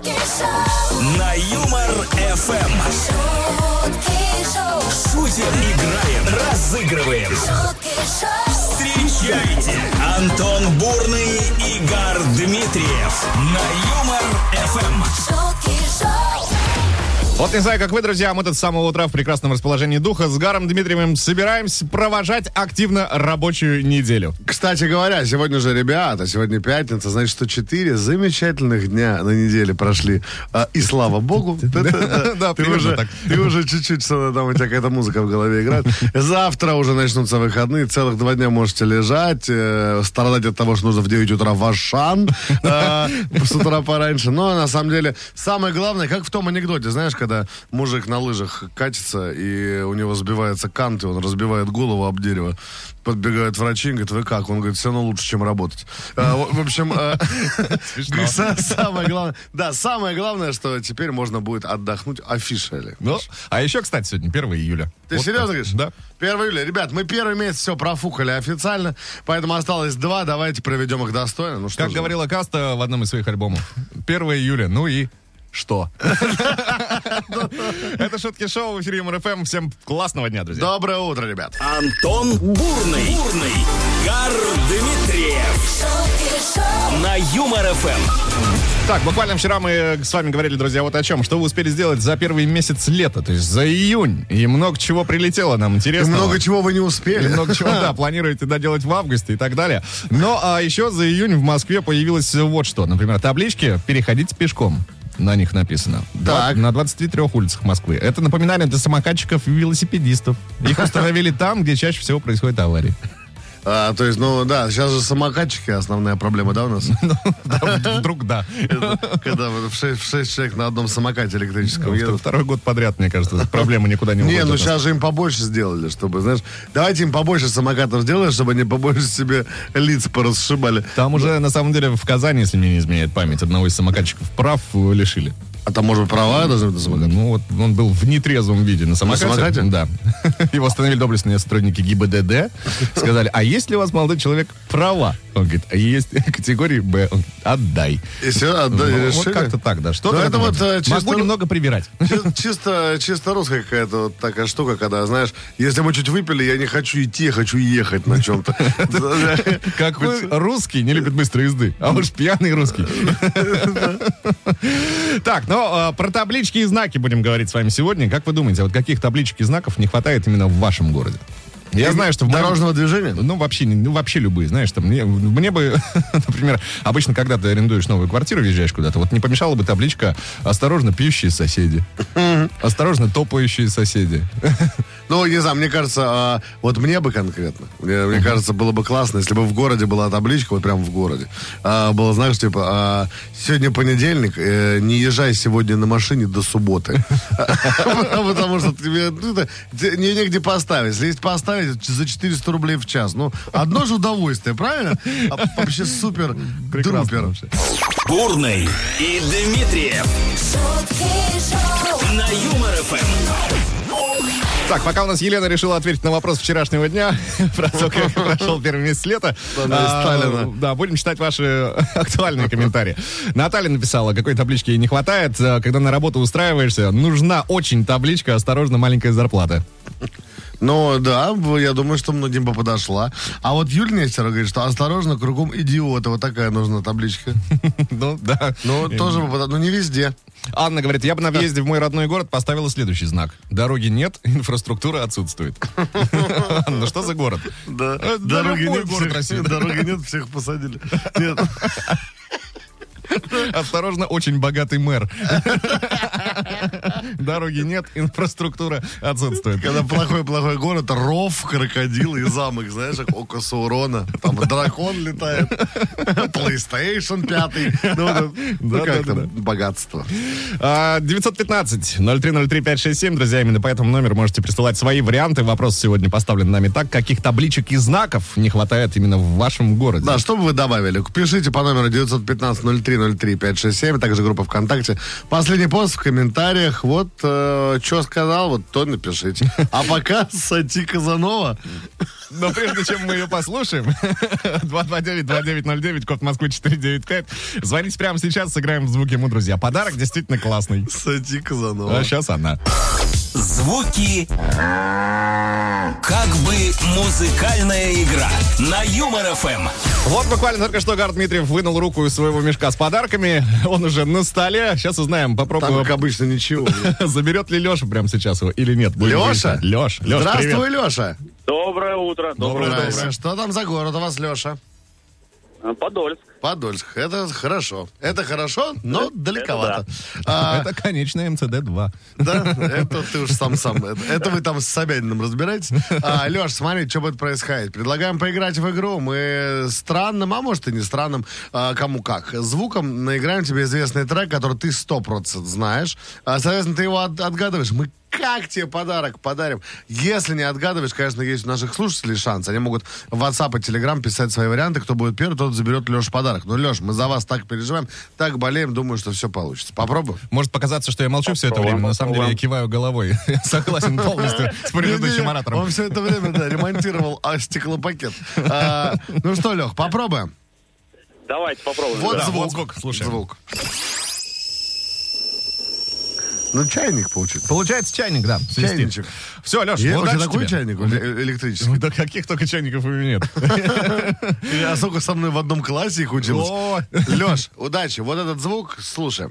На Юмор ФМ. Шутим, играем, разыгрываем. Встречайте, Антон Бурный, Игорь Дмитриев. На Юмор ФМ. Вот не знаю, как вы, друзья, мы тут с самого утра в прекрасном расположении духа с Гаром Дмитриевым собираемся провожать активно рабочую неделю. Кстати говоря, сегодня же, ребята, сегодня пятница, значит, что 4 замечательных дня на неделе прошли. И слава богу, ты уже чуть-чуть, там у тебя какая-то музыка в голове играет. Завтра уже начнутся выходные, целых 2 дня можете лежать, страдать от того, что нужно в 9 утра в Ашан с утра пораньше. Но на самом деле самое главное, как в том анекдоте, знаешь, когда мужик на лыжах катится, и у него сбивается кант, и он разбивает голову об дерево. Подбегают врачи и говорят: вы как? Он говорит: все равно лучше, чем работать. В общем, самое главное, что теперь можно будет отдохнуть официально. А еще, кстати, сегодня 1 июля. Ты серьезно говоришь? Да. 1 июля. Ребят, мы первый месяц все профукали официально, поэтому осталось 2, давайте проведем их достойно. Ну, что как говорила Каста в одном из своих альбомов. 1 июля, ну и... Что? Это Шутки Шоу в эфире Юмор ФМ. Всем классного дня, друзья. Доброе утро, ребят. Антон Бурный, Гар Дмитриев. На Юмор ФМ. Так, буквально вчера мы с вами говорили, друзья, вот о чем. Что вы успели сделать за первый месяц лета, то есть за июнь. И много чего прилетело нам интересного. И много чего вы не успели. И много чего, да, планируете доделать в августе и так далее. Но еще за июнь в Москве появилось вот что. Например, таблички «Переходите пешком». На них написано. На 23 улицах Москвы. Это напоминание для самокатчиков и велосипедистов. Их установили там, где чаще всего происходят аварии. То есть, сейчас же самокатчики основная проблема, да, у нас? Вдруг да. Когда в 6 человек на одном самокате электрическом едут. 2-й год подряд, мне кажется, проблема никуда не уходит. Не, ну сейчас же им побольше сделали, чтобы, знаешь, давайте им побольше самокатов сделаем, чтобы они побольше себе лиц порасшибали. Там уже, на самом деле, в Казани, если мне не изменяет память, одного из самокатчиков прав лишили. А там, может быть, права должны быть на самокате? Ну, вот он был в нетрезвом виде на самокате. На самокате? Да. Его остановили доблестные сотрудники ГИБДД. Сказали: а есть ли у вас, молодой человек, права? Он говорит: а есть категории Б. Он: отдай. И все, отдай. Вот как-то так, да. Что-то это вот могу немного привирать. Чисто русская какая-то вот такая штука, когда, знаешь, если мы чуть выпили, я не хочу идти, я хочу ехать на чем-то. Какой русский не любит быстрой езды? А уж пьяный русский. Так, про таблички и знаки будем говорить с вами сегодня. Как вы думаете, вот каких табличек и знаков не хватает именно в вашем городе? Я знаю, что дорожного движения? Вообще любые, знаешь, там, мне бы, например, обычно, когда ты арендуешь новую квартиру, въезжаешь куда-то, вот не помешала бы табличка «Осторожно, пьющие соседи», «Осторожно, топающие соседи». Ну, не знаю, мне кажется, вот мне бы конкретно, мне кажется, было бы классно, если бы в городе была табличка, вот прям в городе, было, знаешь, типа, сегодня понедельник, не езжай сегодня на машине до субботы. Потому что тебе негде поставить. Если есть поставить, за 400 рублей в час. Ну, одно же удовольствие, правильно? Вообще супер-друпер. Бурный и Дмитриев. На Юмор ФМ. Так, пока у нас Елена решила ответить на вопрос вчерашнего дня про то, как прошел первый месяц лета, да, будем читать ваши актуальные комментарии. Наталья написала: какой таблички ей не хватает. Когда на работу устраиваешься, нужна очень табличка «Осторожно, маленькая зарплата». Ну, да, я думаю, что многим бы подошла. А вот Юлия Нестерова говорит, что осторожно, кругом идиоты. Вот такая нужна табличка. Ну, да. Ну, тоже бы подошла, но не везде. Анна говорит: я бы на въезде в мой родной город поставила следующий знак: дороги нет, инфраструктура отсутствует. Анна, что за город? Да. Дороги нет, город России. Дороги нет, всех посадили. Нет. Осторожно, очень богатый мэр. Дороги нет, инфраструктура отсутствует. Когда плохой город, ров, крокодил и замок, знаешь, как око Саурона. Там дракон летает. PlayStation 5. Ну, как там, богатство. 915-0303-567, друзья, именно по этому номеру можете присылать свои варианты. Вопрос сегодня поставлен нами так: каких табличек и знаков не хватает именно в вашем городе? Да, что бы вы добавили? Пишите по номеру 915-0303-567. 728-7173-567, также группа ВКонтакте. Последний пост в комментариях. Вот, что сказал, вот то напишите. А пока Сати Казанова. Но прежде чем мы ее послушаем, 229-2909, код Москвы 495, звоните прямо сейчас, сыграем в «Звуки ему, друзья». Подарок действительно классный. Сати Казанова. А сейчас она. Звуки как бы музыкальная игра на Юмор ФМ. Вот буквально только что Гар Дмитриев вынул руку из своего мешка с подарками. Он уже на столе. Сейчас узнаем, попробуем. Там, как обычно, ничего. Заберет ли Леша прямо сейчас его или нет? Леша? Леша. Здравствуй, Леша. Доброе утро. Доброе утро. Что там за город у вас, Леша? Подольск. Подольск. Это хорошо. Это хорошо, но далековато. Это конечная МЦД-2. Да, это ты уж сам. Это вы там с Собяниным разбираетесь. Леш, смотри, что будет происходить. Предлагаем поиграть в игру. Мы странным, а может и не странным, кому как, звуком наиграем тебе известный трек, который ты 100% знаешь. Соответственно, ты его отгадываешь. Мы как тебе подарок подарим? Если не отгадываешь, конечно, есть у наших слушателей шанс. Они могут в WhatsApp и Telegram писать свои варианты. Кто будет первый, тот заберет Леша подарок. Ну, Леш, мы за вас так переживаем, так болеем, думаю, что все получится. Попробуем? Может показаться, что я молчу все это время, но на самом деле я киваю головой. Согласен полностью с предыдущим оратором. Он все это время, ремонтировал стеклопакет. Ну что, Лех, попробуем? Давайте попробуем. Вот звук, слушаем. Звук. Ну, чайник получится. Получается чайник, да. Чайничек. Все, Леша, удачи удачи такой тебе. чайник электрический? Да каких только чайников у меня нет. Я сколько со мной в одном классе их учился. Леш, удачи. Вот этот звук слушаем.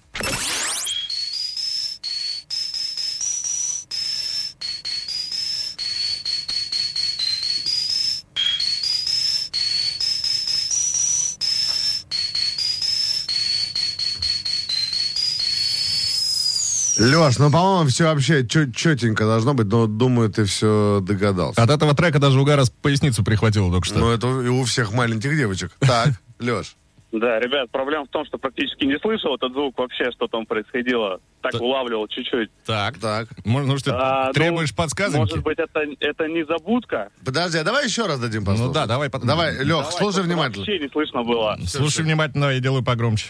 Леш, ну, по-моему, все вообще четенько должно быть, но, думаю, ты все догадался. От этого трека даже Угара поясницу прихватило только что. Ну, это и у всех маленьких девочек. Так, Леш. Да, ребят, проблема в том, что практически не слышал этот звук вообще, что там происходило. Так улавливал чуть-чуть. Так. Ну что, требуешь подсказки? Может быть, это незабудка? Подожди, а давай еще раз дадим послушать. Ну да, давай. Давай, Лех, слушай внимательно. Вообще не слышно было. Слушай внимательно, я делаю погромче.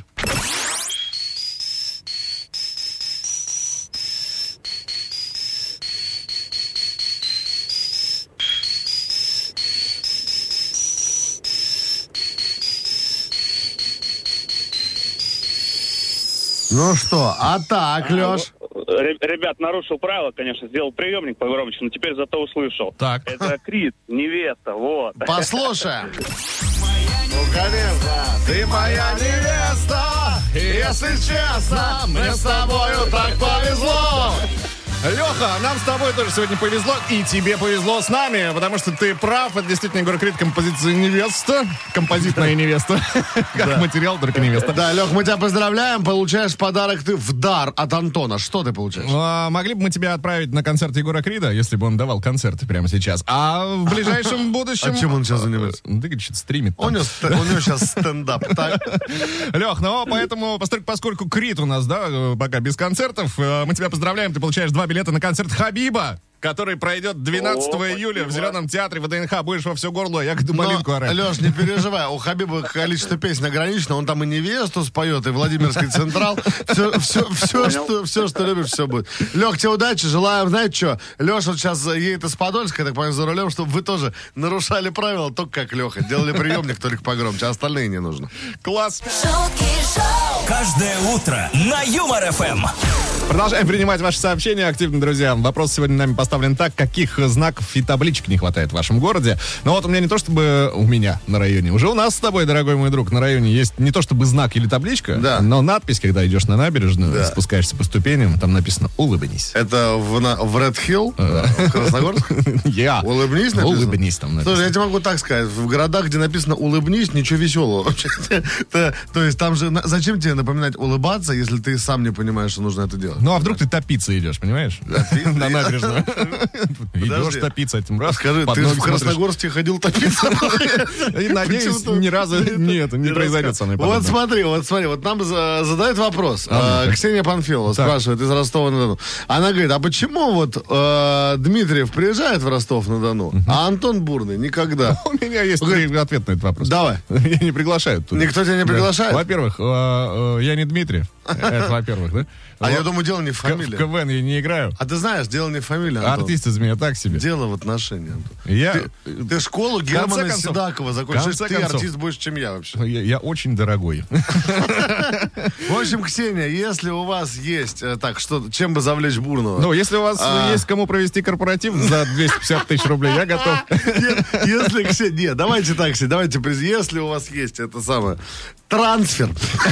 Ну что, а так, Леш? Ребят, нарушил правила, конечно, сделал приемник погромче, но теперь зато услышал. Так. Это Крид, невеста, вот. Послушаем. Ну, конечно. Ты моя невеста, и если честно, мне с тобою так повезло. Леха, нам с тобой тоже сегодня повезло, и тебе повезло с нами, потому что ты прав, это действительно Егор Крид, композиция «Невеста», композитная невеста, как материал, только невеста. Да, Лех, мы тебя поздравляем, получаешь подарок ты в дар от Антона. Что ты получаешь? Могли бы мы тебя отправить на концерт Егора Крида, если бы он давал концерты прямо сейчас, а в ближайшем будущем... А чем он сейчас занимается? Да, что-то стримит. У него сейчас стендап. Лех, ну поэтому, поскольку Крид у нас, да, пока без концертов, мы тебя поздравляем, ты получаешь 2 билета на концерт Хабиба, который пройдет 12 июля в Зеленом театре ВДНХ. Будешь во все горло, ягоду малинку орать. Леш, не переживай, у Хабиба количество песен ограничено, он там и невесту споет, и Владимирский Централ. Все, что любишь, все будет. Лех, тебе удачи, желаем, знаете что, Леша вот сейчас едет из Подольска, я так понимаю, за рулем, чтобы вы тоже нарушали правила, только как Леха. Делали приемник только погромче, а остальные не нужно. Класс. Каждое утро на Юмор ФМ. Продолжаем принимать ваши сообщения активно, друзья. Вопрос сегодня нами поставлен так: каких знаков и табличек не хватает в вашем городе? Но вот у меня не то чтобы у меня на районе, уже у нас с тобой, дорогой мой друг, на районе есть не то чтобы знак или табличка, да, но надпись, когда идешь на набережную, да, спускаешься по ступеням, там написано «Улыбнись». Это в Red Hill, в Красногорск? Улыбнись написано? Улыбнись там написано. Слушай, я тебе могу так сказать, в городах, где написано «улыбнись», ничего веселого. То есть там же, зачем тебе напоминать улыбаться, если ты сам не понимаешь, что нужно это делать? Ну, а вдруг ты топиться идешь, понимаешь? На набережную. Идешь топиться этим раз. Скажи, ты в Красногорске ходил топиться? И, надеюсь, ни разу нет, не произойдет со мной подобное. Вот смотри, вот нам задают вопрос. Ксения Панфилова спрашивает из Ростова-на-Дону. Она говорит, а почему вот Дмитриев приезжает в Ростов-на-Дону, а Антон Бурный никогда? У меня есть ответ на этот вопрос. Давай. Меня не приглашают туда. Никто тебя не приглашает? Во-первых, я не Дмитриев. Это во-первых, да? А я думаю, дело не в фамилии. В КВН я не играю. А ты знаешь, дело не в фамилии, Антон. Артист из меня так себе. Дело в отношении, Антон. Ты школу Германа Седакова закончишь, ты артист больше, чем я вообще. Я очень дорогой. В общем, Ксения, если у вас есть... Так, что, чем бы завлечь Бурного? Ну, если у вас есть кому провести корпоратив за 250 тысяч рублей, я готов. Нет, если, Ксения... Нет, давайте так, Ксения, давайте... Если у вас есть это самое... Трансфер.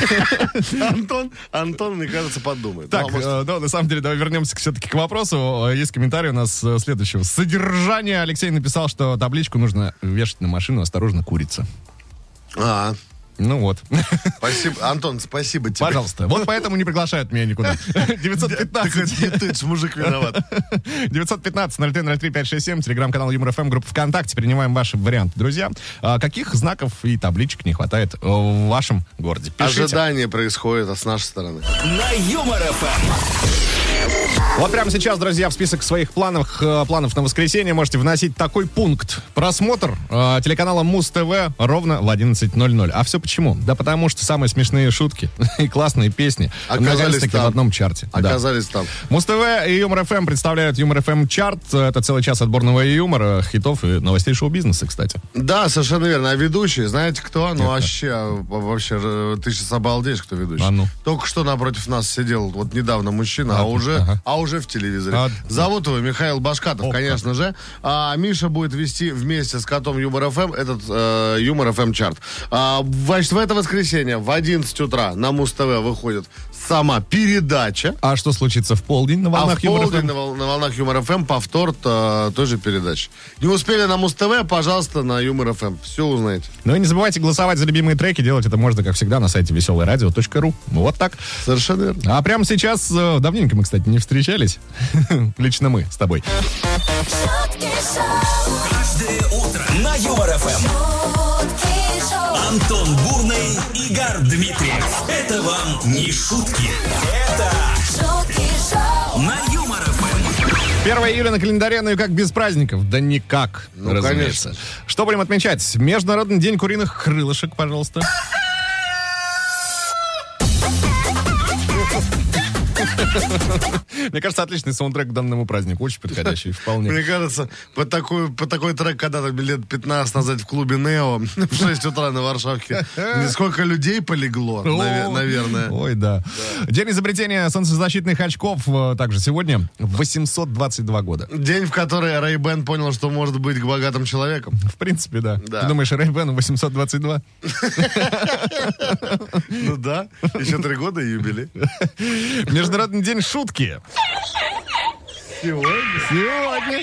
Антон, мне кажется, подумает. Так, на самом деле, давай вернемся все-таки к вопросу. Есть комментарий у нас следующего. Содержание. Алексей написал, что табличку нужно вешать на машину «Осторожно, курица». Ну вот. Спасибо, Антон, спасибо тебе. Пожалуйста. Вот поэтому не приглашают меня никуда. 915. Ты мужик виноват. 915-0303-567, телеграм-канал Юмор ФМ, группа ВКонтакте. Принимаем ваши варианты, друзья. Каких знаков и табличек не хватает в вашем городе? Пишите. Ожидание происходит с нашей стороны. На Юмор ФМ. Вот прямо сейчас, друзья, в список своих планов на воскресенье можете вносить такой пункт. Просмотр телеканала Муз-ТВ ровно в 11:00. А все почему? Да потому что самые смешные шутки и классные песни оказались таки в одном чарте. Оказались там. Муз-ТВ и Юмор ФМ представляют Юмор ФМ чарт. Это целый час отборного юмора, хитов и новостей шоу-бизнеса, кстати. Да, совершенно верно. А ведущие, знаете кто? Ну вообще, ты сейчас обалдеешь, кто ведущий. Только что напротив нас сидел вот недавно мужчина, а уже в телевизоре. Зовут его Михаил Башкатов, конечно же. А Миша будет вести вместе с котом Юмор ФМ этот Юмор ФМ чарт. Значит, в это воскресенье в 11 утра на Муз-ТВ выходит сама передача. А что случится в полдень на волнах Юмор ФМ? На волнах Юмор ФМ повтор той же передачи. Не успели на Муз-ТВ, пожалуйста, на Юмор ФМ. Все узнаете. Ну и не забывайте голосовать за любимые треки. Делать это можно, как всегда, на сайте веселорадио.ру. Вот так. Совершенно верно. А прямо сейчас, давненько мы, кстати, не встречались. Лично мы с тобой. Каждое утро на Юмор ФМ. Антон Бурный, Игорь Дмитриев. Это вам не шутки. Это шутки шоу на Юмор ФМ. 1 июля на календаре, ну и как без праздников? Да никак, разумеется. Конечно. Что будем отмечать? Международный день куриных крылышек, пожалуйста. Мне кажется, отличный саундтрек к данному празднику. Очень подходящий, вполне. Мне кажется, под такой трек когда-то лет 15 назад в клубе «Нео» в 6 утра на Варшавке. Сколько людей полегло, наверное. Ой, да. День изобретения солнцезащитных очков также сегодня. 822 года. День, в который Рэй-Бен понял, что может быть к богатым человеком. В принципе, да. Ты думаешь, Рэй-Бену 822? Ну да. Еще 3 года и юбилей. Международный день шутки. Сегодня.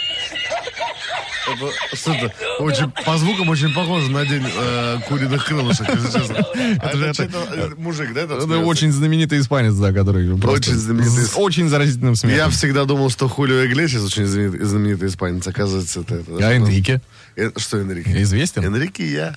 Что-то очень, по звукам очень похоже на день куриных крылышек, если честно. Это мужик, да? Это очень знаменитый испанец, да, который очень знаменитый. С очень заразительным смехом. Я всегда думал, что Хулио Иглесиас очень знаменитый испанец. Оказывается, это... А Энрике? Что Энрике? Известен? Энрике я.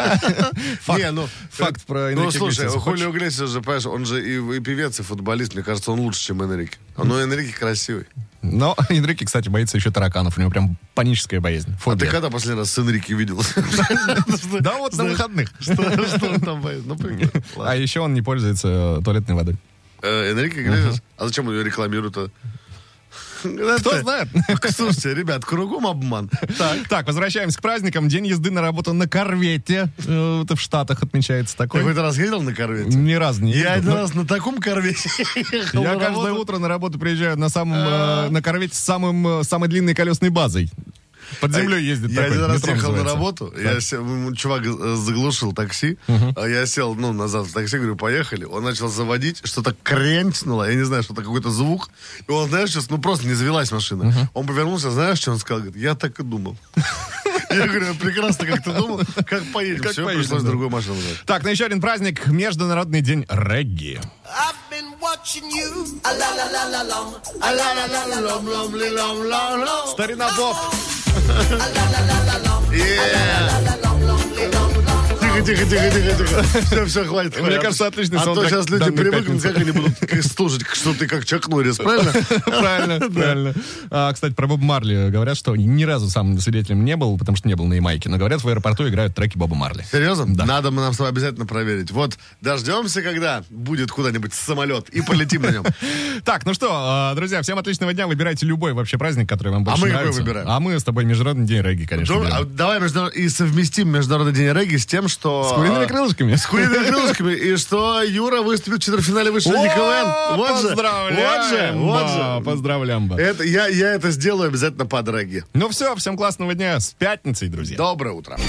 Факт про Энрике. Ну, слушай, Хулио Иглесиас же, понимаешь, он же и певец, и футболист. Мне кажется, он лучше, чем Энрике. Но Энрике красивый. Но Энрике, кстати, боится еще тараканов. У него прям паническая боязнь. А ты когда последний раз с Энрике видел? Да вот на выходных. Что он там боится? Ну, прикольно. А еще он не пользуется туалетной водой. Энрике Иглесиас? А зачем он ее рекламирует-то? Кто знает? Слушайте, ребят, кругом обман. Так, возвращаемся к праздникам. День езды на работу на корвете. Это в Штатах отмечается такой. Ты хоть раз ездил на корвете? Ни разу не ездил. Я один раз на таком корвете ехал. Я каждое утро на работу приезжаю на корвете с самой длинной колесной базой. Под землей ездит я такой. Я один раз ехал на работу, чувак заглушил такси, я сел назад в такси, говорю, поехали. Он начал заводить, что-то крянтнуло, я не знаю, что-то какой-то звук. И он, знаешь, сейчас, просто не завелась машина. Он повернулся, знаешь, что он сказал? Говорит, я так и думал. Я говорю, прекрасно, как ты думал, как поедем. Все, пришлось другую машину взять. Так, на еще один праздник, Международный день регги. Старина Боб. Тихо. Все, хватит. Мне кажется, отличный саундтрек. А то сейчас люди привыкнут, как они будут слушать, что ты как Чак Норрис, правильно? Правильно. Кстати, про Боба Марли говорят, что ни разу сам свидетелем не был, потому что не был на Ямайке, но говорят, в аэропорту играют треки Боба Марли. Серьезно? Да. Надо нам с тобой обязательно проверить. Вот дождемся, когда будет куда-нибудь самолет, и полетим на нем. Так, ну что, друзья, всем отличного дня. Выбирайте любой вообще праздник, который вам больше нравится. А мы какой выбираем? А мы с тобой Международный день регги, конечно. Давай и совместим Международный день регги с тем, что... С куриными крылышками. С куриными крылышками. И что Юра выступит в четвертьфинале высшей лиги КВН. Вот же. Поздравляем. Я это сделаю обязательно под регги. Ну все, всем классного дня. С пятницей, друзья. Доброе утро.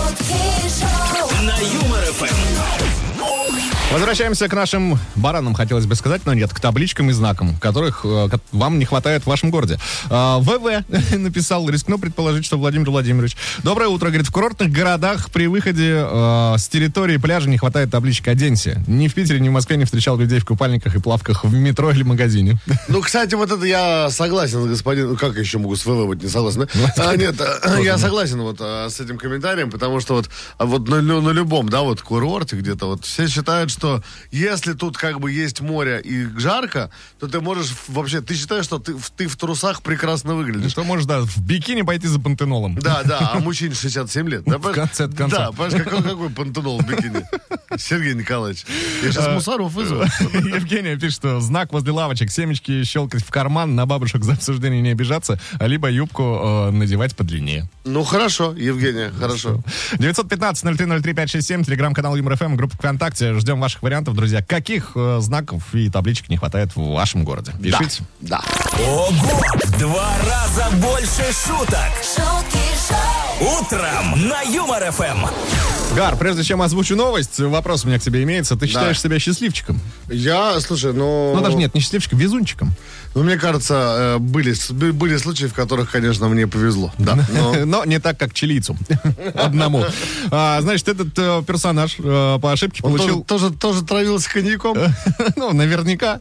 На Юмор ФМ. Возвращаемся к нашим баранам, хотелось бы сказать, но нет, к табличкам и знакам, которых вам не хватает в вашем городе. ВВ написал, рискну предположить, что Владимир Владимирович. Доброе утро, говорит, в курортных городах при выходе с территории пляжа не хватает таблички «Оденься». Ни в Питере, ни в Москве не встречал людей в купальниках и плавках в метро или магазине. Ну, кстати, вот это я согласен, господин... Как я еще могу с ВВ быть не согласен? Нет, я согласен вот с этим комментарием, потому что вот на любом, да, вот курорте где-то, вот все считают, что если тут как бы есть море и жарко, то ты можешь вообще... Ты считаешь, что ты в трусах прекрасно выглядишь. Что можешь, да, в бикини пойти за пантенолом. Да, а мужчине 67 лет. Да, в конце концов. Да, понимаешь, какой пантенол в бикини? Сергей Николаевич, я сейчас мусоров вызову. Евгения пишет, что знак возле лавочек, семечки щелкать в карман, на бабушек за обсуждение не обижаться, либо юбку надевать подлиннее. Ну, хорошо, Евгения, хорошо. 915-0303-567, телеграм-канал Юмор ФМ, группа ВКонтакте. Ждем ваших вариантов, друзья. Каких знаков и табличек не хватает в вашем городе? Пишите. Да. Ого! В 2 раза больше шуток! Шутки шоу! Утром на Юмор ФМ! Гар, прежде чем озвучу новость, вопрос у меня к тебе имеется. Ты считаешь себя счастливчиком? Слушай, Ну, даже нет, не счастливчиком, везунчиком. Ну, мне кажется, были случаи, в которых, конечно, мне повезло. Да. Но не так, как чилийцу. Одному. Значит, этот персонаж по ошибке получил... Тоже травился коньяком? Ну, наверняка.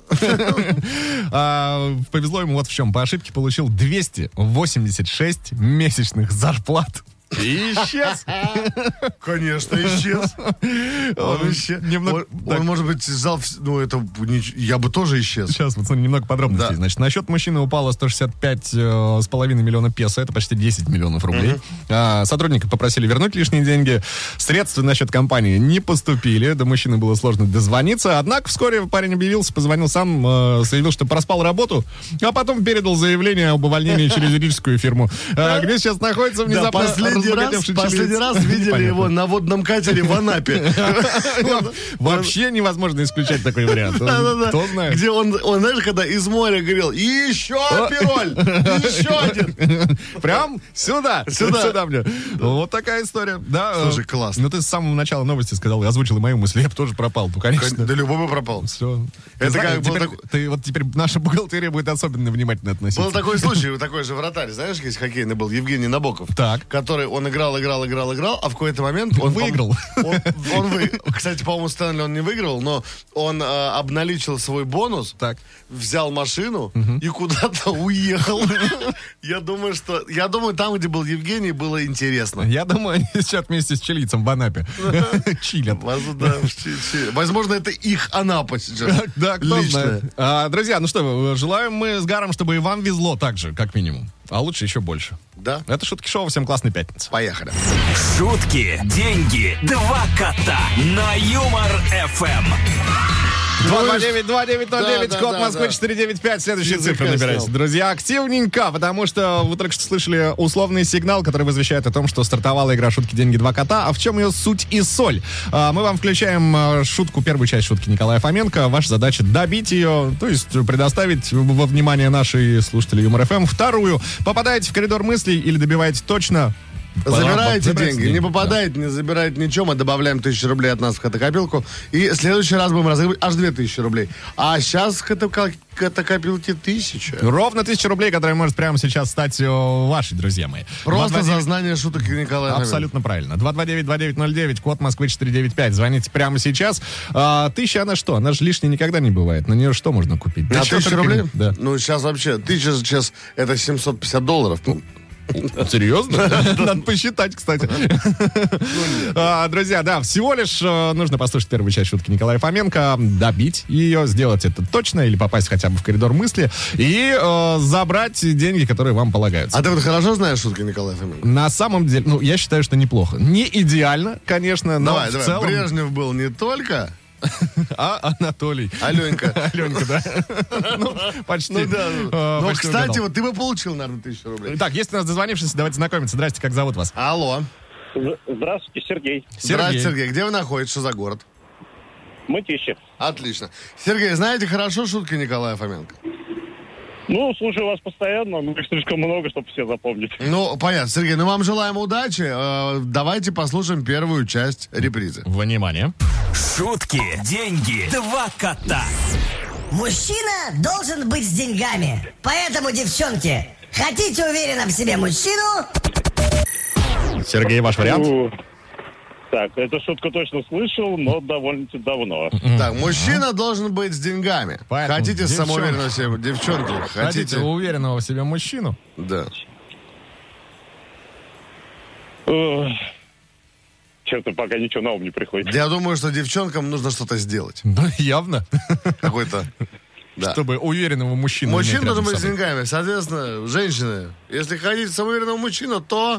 Повезло ему вот в чем. По ошибке получил 286 месячных зарплат. И исчез. Конечно, исчез. Он исчез. Он, может быть, взял... Ну, это... Я бы тоже исчез. Сейчас, вот смотри, немного подробностей. Да. Значит, на счет мужчины упало 165,5 миллиона песо. Это почти 10 миллионов рублей. Сотрудники попросили вернуть лишние деньги. Средства на счет компании не поступили. До мужчины было сложно дозвониться. Однако вскоре парень объявился, позвонил сам, заявил, что проспал работу, а потом передал заявление об увольнении через юридическую фирму. Где сейчас находится внезапно... Последний раз видели его на водном катере в Анапе. Вообще невозможно исключать такой вариант. Кто знает. Где он, знаешь, когда из моря говорил, еще пироль, еще один. Прям сюда мне. Вот такая история. Слушай, классно. Ну ты с самого начала новости сказал, озвучил и мою мысль, я бы тоже пропал. Ну, конечно. Да любой бы пропал. Все. Это как вот теперь наша бухгалтерия будет особенно внимательно относиться. Был такой случай, такой же вратарь, знаешь, есть хоккейный был, Евгений Набоков. Так. Который он играл, а в какой-то момент он выиграл. Кстати, по-моему, Стэнли он не выиграл, но он обналичил свой бонус, взял машину и куда-то уехал. Я думаю, там, где был Евгений, было интересно. Я думаю, они сейчас вместе с чилийцем в Анапе чилят. Возможно, это их Анапа сейчас. Да, кто знает. Друзья, ну что, желаем мы с Гаром, чтобы и вам везло так же, как минимум. А лучше еще больше. Да. Это Шутки Шоу. Всем классной пятницы. Поехали. Шутки, деньги, 2 кота на Юмор ФМ. 229-2909, код Москвы 495. Следующие цифры набирайте. Друзья, активненько, потому что вы только что слышали условный сигнал, который возвещает о том, что стартовала игра «Шутки, деньги, 2 кота». А в чем ее суть и соль? Мы вам включаем шутку, первую часть шутки Николая Фоменко. Ваша задача добить ее, то есть предоставить во внимание нашей слушатели Юмор ФМ. Вторую. Попадаете в коридор мыслей или добиваете точно, Забираете деньги. Не попадает, не забирает ничего. Мы добавляем 1000 рублей от нас в катакопилку. И в следующий раз будем разыгрывать аж 2000 рублей. А сейчас в катакопилке 1000. Ровно 1000 рублей, которые может прямо сейчас стать вашей, друзья мои. Просто за знание шуток Николая. Абсолютно правильно. 229-2909, код Москвы 495. Звоните прямо сейчас. 1000, она что? Она же лишней никогда не бывает. На нее что можно купить? На 1000 рублей? Да. Ну, сейчас вообще, 1000 сейчас это $750. Серьезно? Надо посчитать, кстати. Друзья, да, всего лишь нужно послушать первую часть шутки Николая Фоменко, добить ее, сделать это точно или попасть хотя бы в коридор мысли и забрать деньги, которые вам полагаются. А ты вот хорошо знаешь шутки Николая Фоменко? На самом деле, ну, я считаю, что неплохо. Не идеально, конечно, но давай, в целом... Брежнев был не только... А Анатолий. Аленька. Аленька, да. Ну, почти. Ну, да. Но, кстати, вот ты бы получил, наверное, 1000 рублей. Так, есть у нас дозвонившийся, давайте знакомиться. Здрасте, как зовут вас? Алло. Здравствуйте, Сергей. Здравствуйте, Сергей. Где вы находитесь? Что за город? Мытищи. Отлично. Сергей, знаете хорошо шутки Николая Фоменко? Ну, слушаю вас постоянно, но их слишком много, чтобы все запомнить. Ну, понятно. Сергей, ну вам желаем удачи. Давайте послушаем первую часть репризы. Внимание. Шутки, деньги, 2 кота. Мужчина должен быть с деньгами. Поэтому, девчонки, хотите уверенно в себе мужчину? Сергей, ваш вариант? Так, эту шутку точно слышал, но довольно-таки давно. Так, мужчина должен быть с деньгами. Поэтому хотите самоуверенного в себе девчонки? Хотите уверенного в себе мужчину? Да. Честно, пока ничего на ум не приходит. Я думаю, что девчонкам нужно что-то сделать. Ну, явно. Какой-то... Да. Чтобы уверенного мужчину... Мужчина должен быть с деньгами. Соответственно, женщины, если хотите самоуверенного мужчину, то...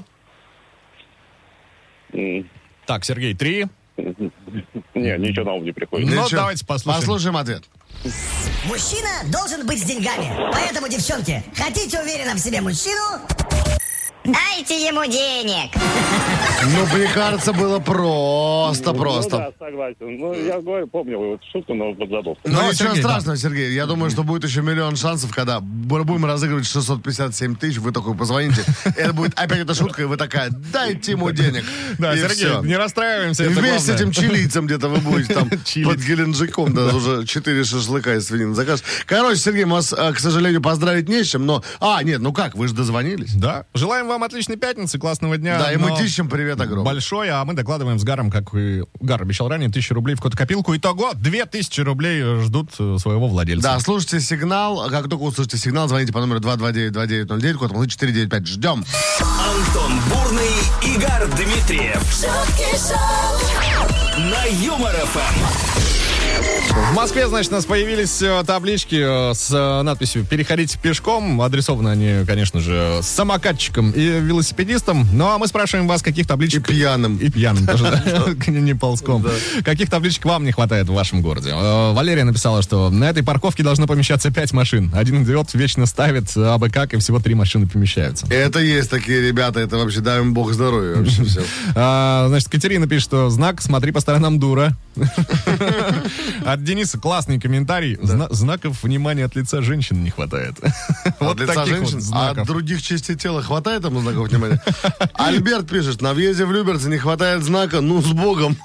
Так, Сергей, 3. Не, ничего на ум не приходит. Ну, давайте послушаем. Послушаем ответ. Мужчина должен быть с деньгами. Поэтому, девчонки, хотите уверенно в себе мужчину? Дайте ему денег. Ну, мне кажется, было просто. Ну да, согласен. Ну, я говорю, помню вот шутку, но вот забыл. Ну, ничего страшного, Сергей. Я думаю, что будет еще миллион шансов, когда будем разыгрывать 657 тысяч, вы такой позвоните. Это будет опять эта шутка, и вы такая, дайте ему денег. Да, Сергей, не расстраиваемся. И вместе с этим чилийцем где-то вы будете там под Геленджиком, да, уже 4 шашлыка из свинины закажешь. Короче, Сергей, вас, к сожалению, поздравить не с чем, но... нет, ну как, вы же дозвонились. Да. Желаем вам отличной пятницы, классного дня. Да, и мы Мытищам привет огромный. Большой, а мы докладываем с Гаром, как и Гар обещал ранее, 1000 рублей в копилку. Итого 2000 рублей ждут своего владельца. Да, слушайте сигнал. Как только услышите сигнал, звоните по номеру 229-2909, код Москвы 495. Ждем. Антон Бурный, Игорь Дмитриев. Шутки шоу на Юмор ФМ. В Москве, значит, у нас появились таблички с надписью «Переходите пешком». Адресованы они, конечно же, самокатчикам и велосипедистам. Ну, а мы спрашиваем вас, каких табличек... И пьяным. И пьяным тоже, да, не ползком. Каких табличек вам не хватает в вашем городе? Валерия написала, что на этой парковке должно помещаться 5 машин. Один идиот вечно ставит абы как, и всего 3 машины помещаются. Это есть такие ребята, это вообще, дай им бог здоровья вообще все. Значит, Катерина пишет, что знак «Смотри по сторонам, дура». От Дениса классный комментарий. Знаков внимания от лица женщин не хватает. От лица женщин? А от других частей тела хватает ему знаков внимания? Альберт пишет, на въезде в Люберцы не хватает знака «Ну, с Богом».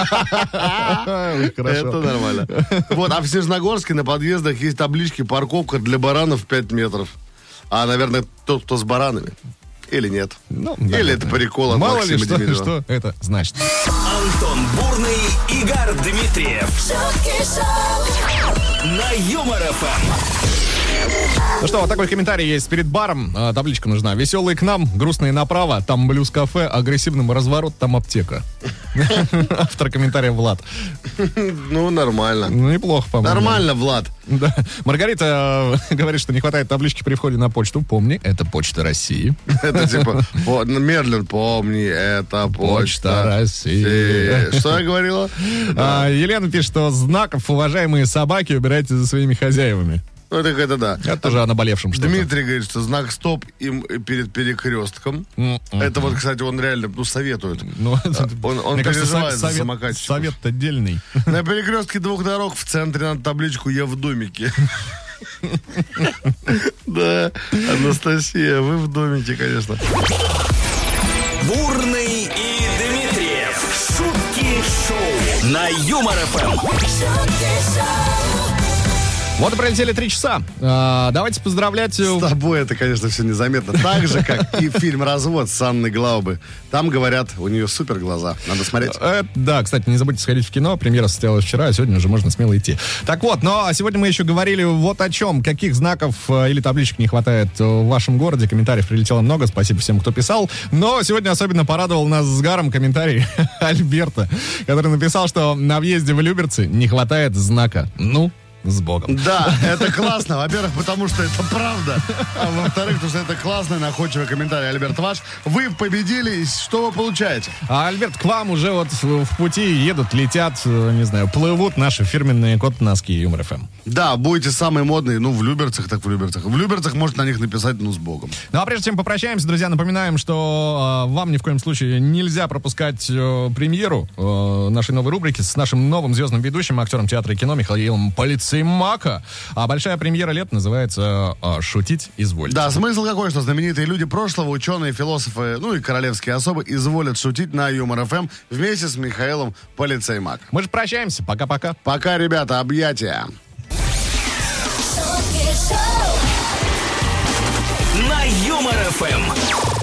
Это нормально. Вот, а в Снежногорске на подъездах есть таблички «Парковка для баранов 5 метров». А, наверное, тот, кто с баранами. Или нет. Ну, или это прикол от Мало ли, Максима что это значит. Антон Бурный, Игорь Дмитриев. Шутки шоу на Юмор ФМ. Ну что, вот такой комментарий есть перед баром. Табличка нужна. Веселые к нам, грустные направо. Там блюз-кафе, агрессивным разворот, там аптека. Автор комментария Влад. Ну, нормально. Ну, неплохо, по-моему. Нормально, Влад. Да. Маргарита говорит, что не хватает таблички при входе на почту. Помни, это Почта России. Это типа, Мерлин, помни, это Почта России. Что я говорила? Елена пишет, что знаков, уважаемые собаки, убирайте за своими хозяевами. Ну, так это да. Это тоже о наболевшем что-то. Дмитрий говорит, что знак «Стоп» им перед перекрестком. Это вот, кстати, он реально советует. Он переживает за самокатчиков. Совет-то дельный. На перекрестке 2 дорог в центре надо табличку «Я в домике». Да, Анастасия, вы в домике, конечно. Бурный и Дмитриев. Шутки шоу на Юмор ФМ. Вот и пролетели 3 часа. Давайте поздравлять... С тобой это, конечно, все незаметно. Так же, как и фильм «Развод» с Анной Глаубе. Там, говорят, у нее супер глаза. Надо смотреть. Да, кстати, не забудьте сходить в кино. Премьера состоялась вчера, а сегодня уже можно смело идти. Так вот, но сегодня мы еще говорили вот о чем. Каких знаков или табличек не хватает в вашем городе. Комментариев прилетело много. Спасибо всем, кто писал. Но сегодня особенно порадовал нас с Гаром комментарий Альберта, который написал, что на въезде в Люберцы не хватает знака «Ну». С Богом. Да, это классно. Во-первых, потому что это правда. А во-вторых, потому что это классный, находчивый комментарий. Альберт, ваш. Вы победили. Что вы получаете? Альберт, к вам уже вот в пути едут, летят, не знаю, плывут наши фирменные кот-носки Юмор ФМ. Да, будете самые модные. Ну, в Люберцах, так в Люберцах. В Люберцах можно на них написать «Ну, с Богом». Ну, а прежде чем попрощаемся, друзья, напоминаем, что вам ни в коем случае нельзя пропускать премьеру нашей новой рубрики с нашим новым звездным ведущим, актером театра и кино Михаилом Полицеймака. А большая премьера лет называется «Шутить изволите». Да, смысл какой, что знаменитые люди прошлого, ученые, философы, ну и королевские особы изволят шутить на Юмор ФМ вместе с Михаилом Полицеймак. Мы же прощаемся. Пока-пока. Пока, ребята, объятия. На Юмор ФМ.